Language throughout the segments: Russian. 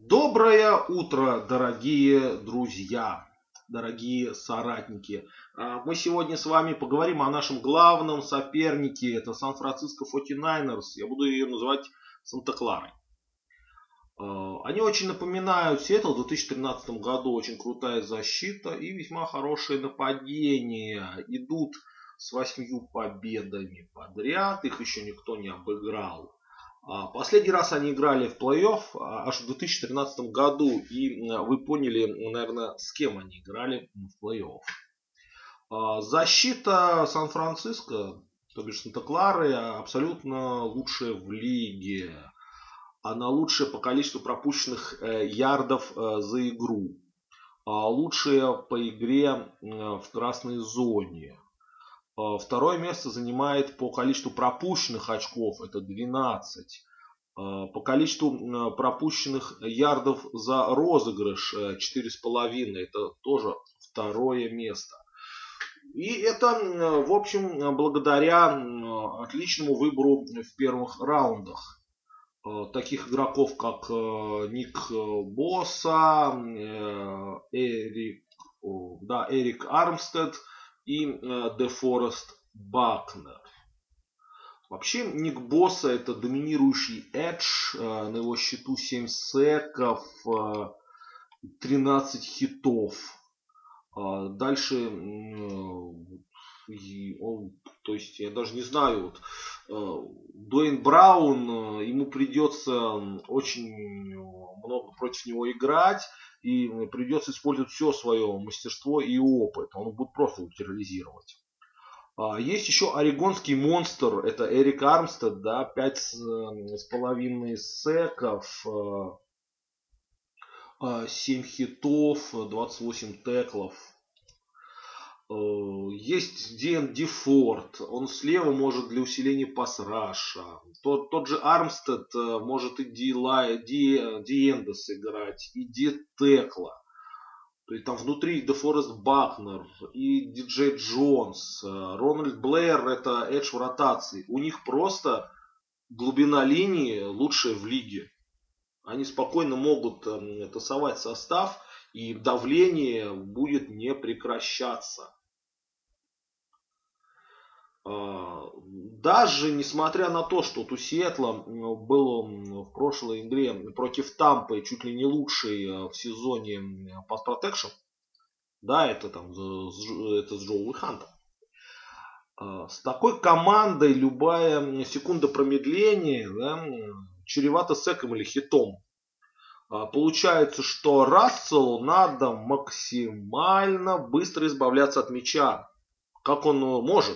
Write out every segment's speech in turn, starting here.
Доброе утро, дорогие друзья, дорогие соратники. Мы сегодня с вами поговорим о нашем главном сопернике. Это Сан-Франциско 49ers. Я буду ее называть Санта-Кларой. Они очень напоминают Сиэтл в 2013 году. Очень крутая защита и весьма хорошее нападение. Идут с 8 победами подряд. Их еще никто не обыграл. Последний раз они играли в плей-офф аж в 2013 году. И вы поняли, наверное, с кем они играли в плей-офф. Защита Сан-Франциско, то бишь Санта-Клары, абсолютно лучшая в лиге. Она лучшая по количеству пропущенных ярдов за игру. Лучшая по игре в красной зоне. Второе место занимает по количеству пропущенных очков, это 12. По количеству пропущенных ярдов за розыгрыш 4,5, это тоже второе место. И это, в общем, благодаря отличному выбору в первых раундах. Таких игроков, как Ник Босса, Эрик Армстед и Дефорест Бакнер. Вообще Ник Босса это доминирующий эдж. На его счету 7 секов, 13 хитов. Дальше, то есть я даже не знаю, Дуэйн Браун, ему придется очень много против него играть. И придется использовать все свое мастерство и опыт. Он будет просто терроризировать. Есть еще орегонский монстр. Это Эрик Армстед. Да, 5,5 секов. 7 хитов. 28 теклов. Есть Диэн Дифорд. Он слева может для усиления пас-раша. Тот же Армстед может и Диэндес играть, и Ди-Текла. То есть там внутри Дефорест Бакнер и Диджей Джонс. Рональд Блэр это эдж в ротации. У них просто глубина линии лучшая в лиге. Они спокойно могут тасовать состав, и давление будет не прекращаться. Даже несмотря на то, что у Сиэтла было в прошлой игре против Тампы чуть ли не лучший в сезоне Pass Protection, да, это с Джоуи Хантом. С такой командой любая секунда промедления, да, чревата секом или хитом. Получается, что Расселу надо максимально быстро избавляться от мяча. Как он может?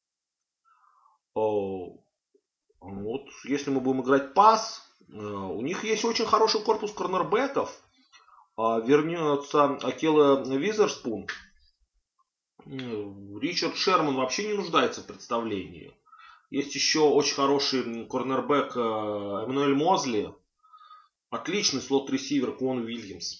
Вот, если мы будем играть пас, у них есть очень хороший корпус корнербеков. Вернется Акела Визерспун. Ричард Шерман вообще не нуждается в представлении. Есть еще очень хороший корнербек Эммануэль Мозли. Отличный слот-ресивер Куон Уильямс.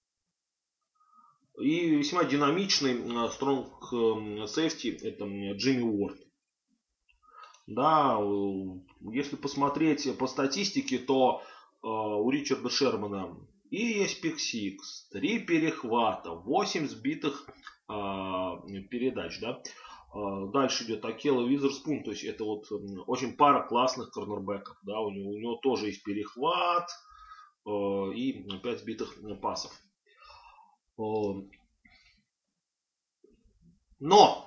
И весьма динамичный стронг сейфти это Джимми Уорд. Да, если посмотреть по статистике, то у Ричарда Шермана и есть пик-сикс, 3 перехвата, 8 сбитых передач. Да? Дальше идет Акела Визерспун, то есть это вот очень пара классных корнербеков. Да? У него тоже есть перехват и 5 сбитых пасов. Но!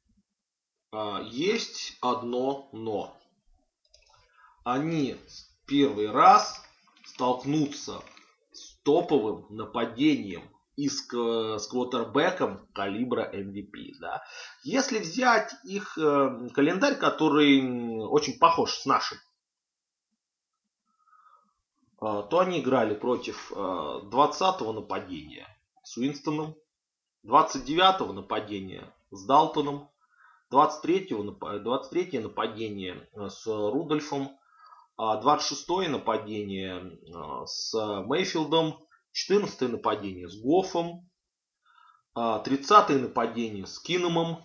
Есть одно но. Они первый раз столкнутся с топовым нападением и с квотербеком калибра MVP. Да. Если взять их календарь, который очень похож с нашим, то они играли против 20-го нападения с Уинстоном, 29-го нападения с Далтоном, 23-е нападение с Рудольфом, 26-е нападение с Мейфилдом, 14-е нападение с Гоффом, 30-е нападение с Киномом,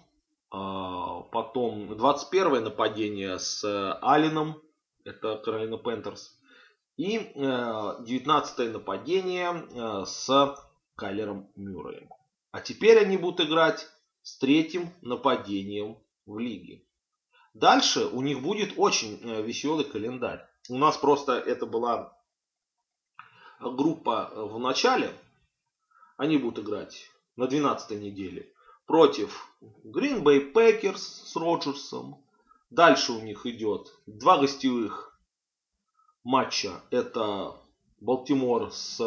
потом 21-е нападение с Алленом, это Каролина Пентерс, И 19-е нападение с Кайлером Мюрреем. А теперь они будут играть с третьим нападением в лиге. Дальше у них будет очень веселый календарь. У нас просто это была группа в начале. Они будут играть на 12-й неделе против Green Bay Packers с Роджерсом. Дальше у них идет 2 гостевых матча. Это Балтимор с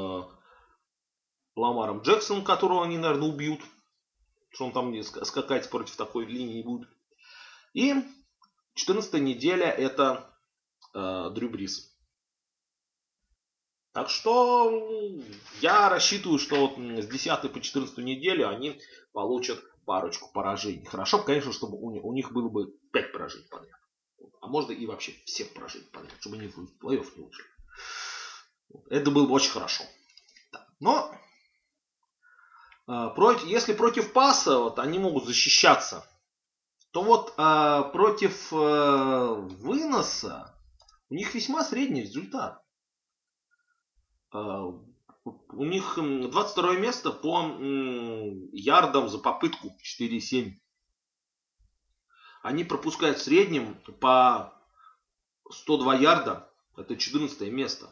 Ламаром Джексоном, которого они, наверное, убьют. Что он там скакать против такой линии не будет. И 14-я неделя это Дрю Брис. Так что я рассчитываю, что вот с 10 по 14 неделю они получат парочку поражений. Хорошо бы, конечно, чтобы у них было бы 5 поражений подряд. А можно и вообще всех поражений подряд, чтобы они в плей-офф не ушли. Это было бы очень хорошо. Но если против паса вот, они могут защищаться, то вот против выноса у них весьма средний результат. У них 22 место по ярдам за попытку 4,7. Они пропускают в среднем по 102 ярда. Это 14 место.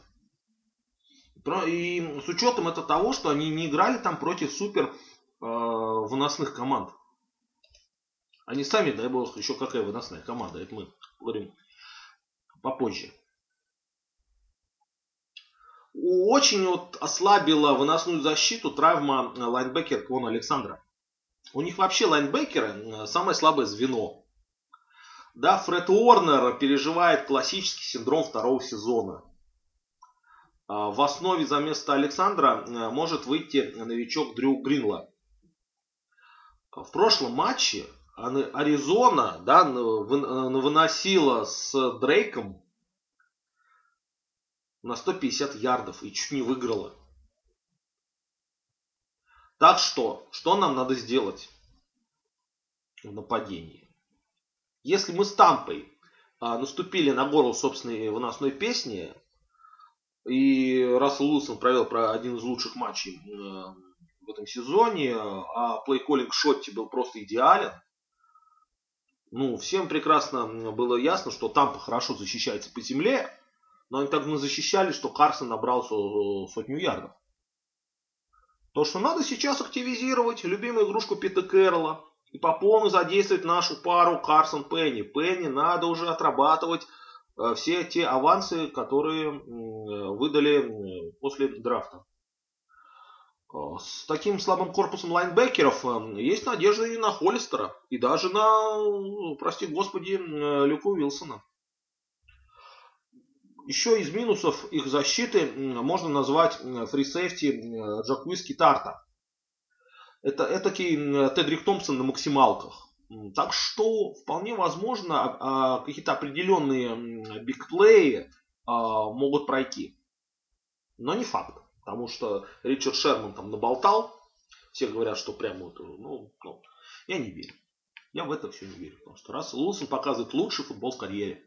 И с учетом это того, что они не играли там против супер выносных команд. Они сами, дай бог, еще какая выносная команда. Это мы поговорим попозже. Очень вот ослабила выносную защиту травма лайнбекера Квона Александра. У них вообще лайнбекеры самое слабое звено. Да, Фред Уорнер переживает классический синдром второго сезона. В основе за место Александра может выйти новичок Дрю Гринла. В прошлом матче Аризона выносила с Дрейком на 150 ярдов и чуть не выиграла. Так что нам надо сделать в нападении? Если мы с Тампой наступили на горло собственной выносной песни, и Рассел Уилсон провел один из лучших матчей в этом сезоне, а плей-коллинг Шотти был просто идеален, всем прекрасно было ясно, что Тампа хорошо защищается по земле, но они так защищали, что Карсон набрал сотню ярдов. То, что надо сейчас активизировать любимую игрушку Пита Кэрролла и по полной задействовать нашу пару Карсон-Пенни. Пенни надо уже отрабатывать все те авансы, которые выдали после драфта. С таким слабым корпусом лайнбекеров есть надежда и на Холлистера, и даже на, прости господи, Люка Уилсона. Еще из минусов их защиты можно назвать фри-сейфти Джаквиски Тарта. Это этакий Тедрик Томпсон на максималках. Так что вполне возможно какие-то определенные бигплеи могут пройти. Но не факт. Потому что Ричард Шерман там наболтал. Все говорят, что прямо я не верю. Я в это все не верю. Потому что Рассел Уилсон показывает лучший футбол в карьере.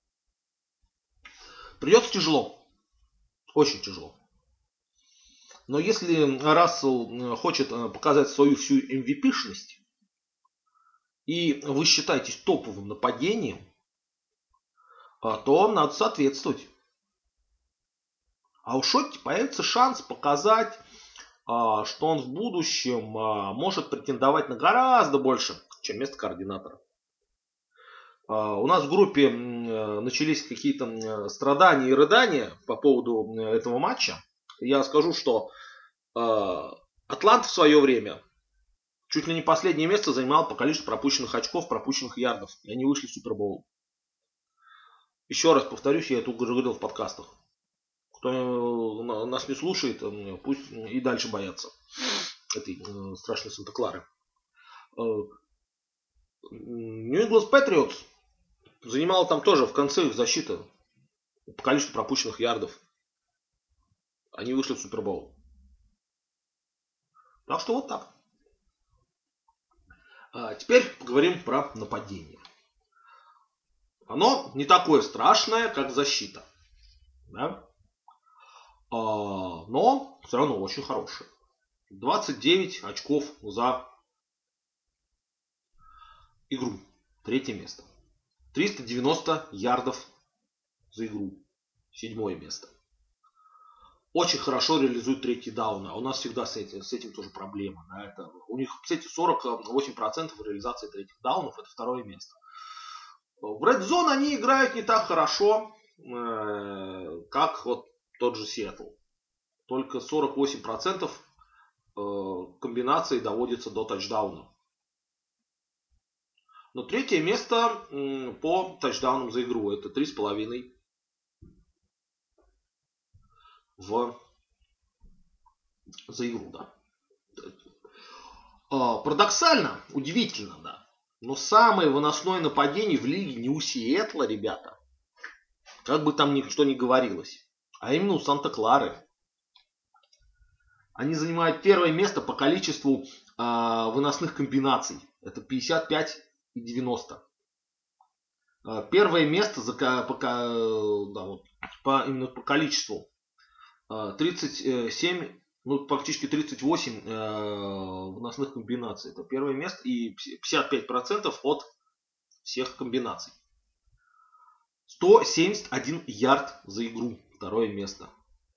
Придется тяжело. Очень тяжело. Но если Рассел хочет показать свою всю MVP-шность, и вы считаетесь топовым нападением, то надо соответствовать. А у Шотти появится шанс показать, что он в будущем может претендовать на гораздо больше, чем место координатора. У нас в группе начались какие-то страдания и рыдания по поводу этого матча. Я скажу, что Атланта в свое время чуть ли не последнее место занимал по количеству пропущенных очков, пропущенных ярдов. И они вышли в Супербоул. Еще раз повторюсь, я это уже говорил в подкастах. Кто нас не слушает, пусть и дальше боятся этой страшной Санта-Клары. New England Patriots занимала там тоже в конце их защита по количеству пропущенных ярдов. Они вышли в Супербоул. Так что вот так. Теперь поговорим про нападение. Оно не такое страшное, как защита. Да? Но все равно очень хорошие. 29 очков за игру. Третье место. 390 ярдов за игру. Седьмое место. Очень хорошо реализуют третий даун. А у нас всегда с этим тоже проблема. Да? У них, кстати, 48% реализации третьих даунов. Это второе место. В Red Zone они играют не так хорошо, как вот тот же Сиэтл. Только 48% комбинаций доводится до тачдауна. Но третье место по тачдаунам за игру. Это 3,5 за игру, да. Парадоксально, удивительно, да. Но самое выносное нападение в лиге не у Сиэтла, ребята. Как бы там никто ни говорилось. А именно у Санта-Клары. Они занимают первое место по количеству выносных комбинаций. Это 55 и 90. Первое место именно по количеству 37, практически 38 выносных комбинаций. Это первое место и 55% от всех комбинаций. 171 ярд за игру. Второе место.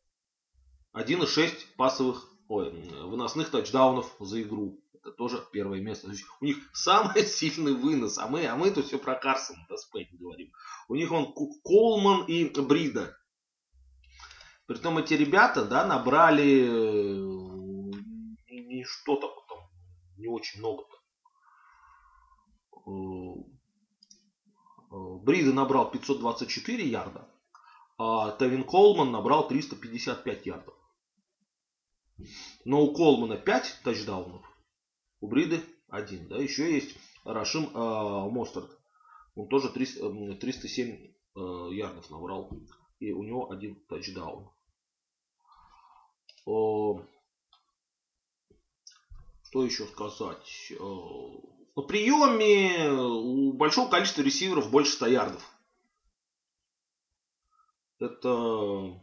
1,6 выносных тачдаунов за игру. Это тоже первое место. У них самый сильный вынос. А мы тут все про Карсона говорим. У них он Колман и Брида. Притом эти ребята, да, набрали не что-то потом, не очень много-то. Брида набрал 524 ярда, а Тевин Колман набрал 355 ярдов. Но у Колмана 5 тачдаунов, у Бриды 1. Да? Еще есть Рашим Мостард. Он тоже 307 ярдов набрал. И у него 1 тачдаун. Что еще сказать? На приеме у большого количества ресиверов больше 100 ярдов. Это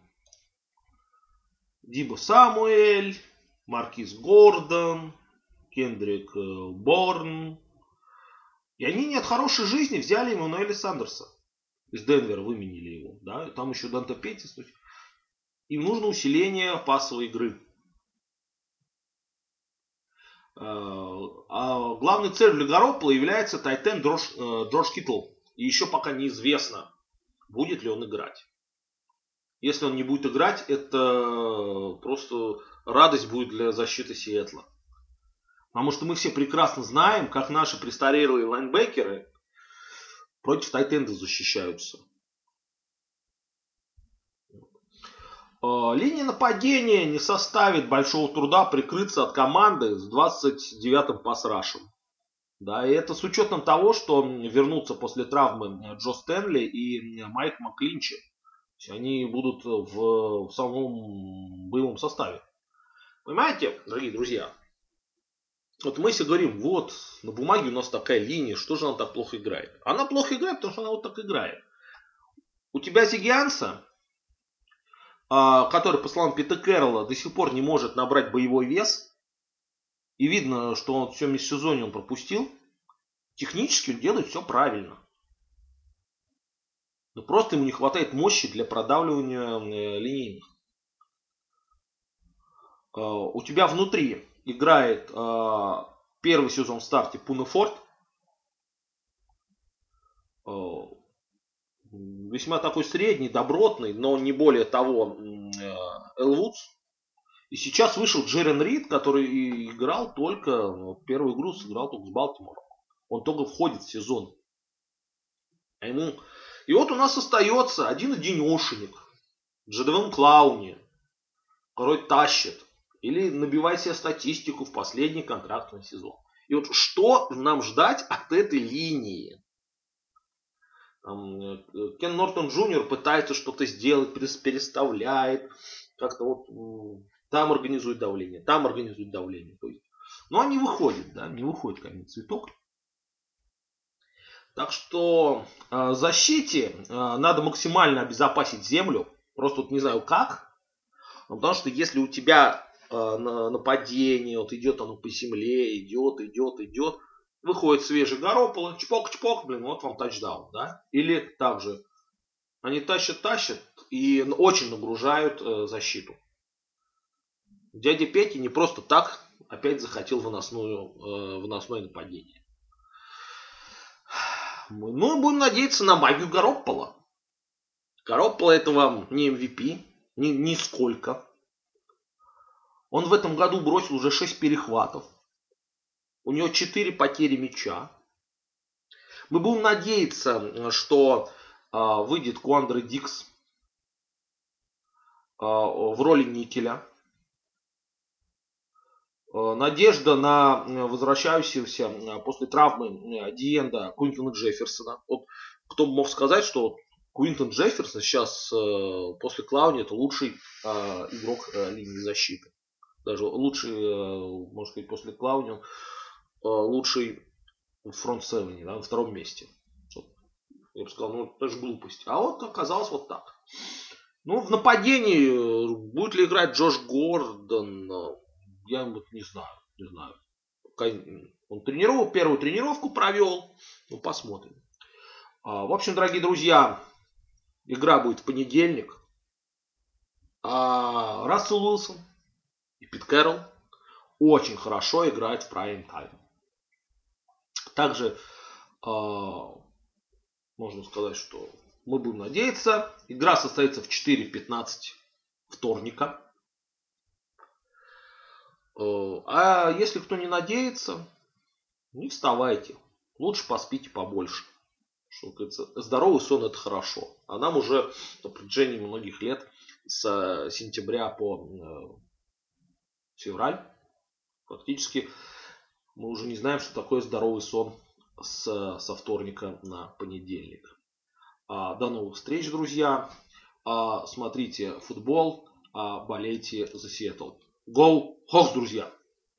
Дибо Самуэль, Маркис Гордон, Кендрик Борн. И они не от хорошей жизни взяли Эммануэля Сандерса. Из Денвера выменили его. Да? Там еще Данте Петтис. Им нужно усиление пасовой игры. А главной целью для Гароппола является тайтенд Джордж Киттл. И еще пока неизвестно, будет ли он играть. Если он не будет играть, это просто радость будет для защиты Сиэтла. Потому что мы все прекрасно знаем, как наши престарелые лайнбекеры против тайтендов защищаются. Линия нападения не составит большого труда прикрыться от команды с 29-м пас-рашем. Да, и это с учетом того, что вернутся после травмы Джо Стэнли и Майк Маклинчи. Они будут в самом боевом составе. Понимаете, дорогие друзья? Вот мы все говорим, вот на бумаге у нас такая линия, что же она так плохо играет? Она плохо играет, потому что она вот так играет. У тебя Зигианса, который, по словам Пита Кэрролла, до сих пор не может набрать боевой вес. И видно, что он все межсезонье он пропустил. Технически он делает все правильно. Но просто ему не хватает мощи для продавливания линейных. У тебя внутри играет первый сезон в старте Пунефорд. Весьма такой средний, добротный, но не более того Эл Вудс. И сейчас вышел Джерен Рид, который играл только, первую игру сыграл только с Балтимором. Он только входит в сезон. И вот у нас остается один-одинешенек. Джадевон Клауни. Который тащит. Или набивай себе статистику в последний контрактный сезон. И вот что нам ждать от этой линии? Кен Нортон Джуниор пытается что-то сделать, переставляет. Как-то вот там организует давление, там организует давление. Но не выходит, да, не выходит камень цветок. Так что защите надо максимально обезопасить землю. Просто вот не знаю как. Ну, потому что если у тебя нападение, вот идет оно по земле, идет, выходит свежий Гарополо, чпок-чпок, блин, вот вам тачдаун, да? Или также они тащат и очень нагружают защиту. Дядя Петя не просто так опять захотел выносное нападение. Мы будем надеяться на магию Гарополо. Гарополо это вам не MVP, нисколько. Он в этом году бросил уже 6 перехватов. У него 4 потери мяча. Мы будем надеяться, что выйдет Куандре Дикс в роли никеля. Надежда на возвращающегося после травмы Диенда Куинтона Джефферсона. Вот кто бы мог сказать, что Куинтон Джефферсон сейчас после Клауни это лучший игрок линии защиты. Даже лучший, можно сказать, после Клауни лучший в фронт-севене, да, на втором месте. Я бы сказал, ну это же глупость. А вот оказалось вот так. Ну, в нападении будет ли играть Джош Гордон, я не знаю. Он первую тренировку провел. Ну, посмотрим. В общем, дорогие друзья, игра будет в понедельник. Рассел Уилсон и Пит Кэрролл очень хорошо играют в прайм-тайм. Также можно сказать, что мы будем надеяться. Игра состоится в 4:15 вторника. А если кто не надеется, не вставайте. Лучше поспите побольше. Что говорится, здоровый сон это хорошо. А нам уже на протяжении многих лет с сентября по февраль фактически мы уже не знаем, что такое здоровый сон со вторника на понедельник. До новых встреч, друзья. Смотрите футбол, болейте за Сиэтл. Go Hawks, друзья!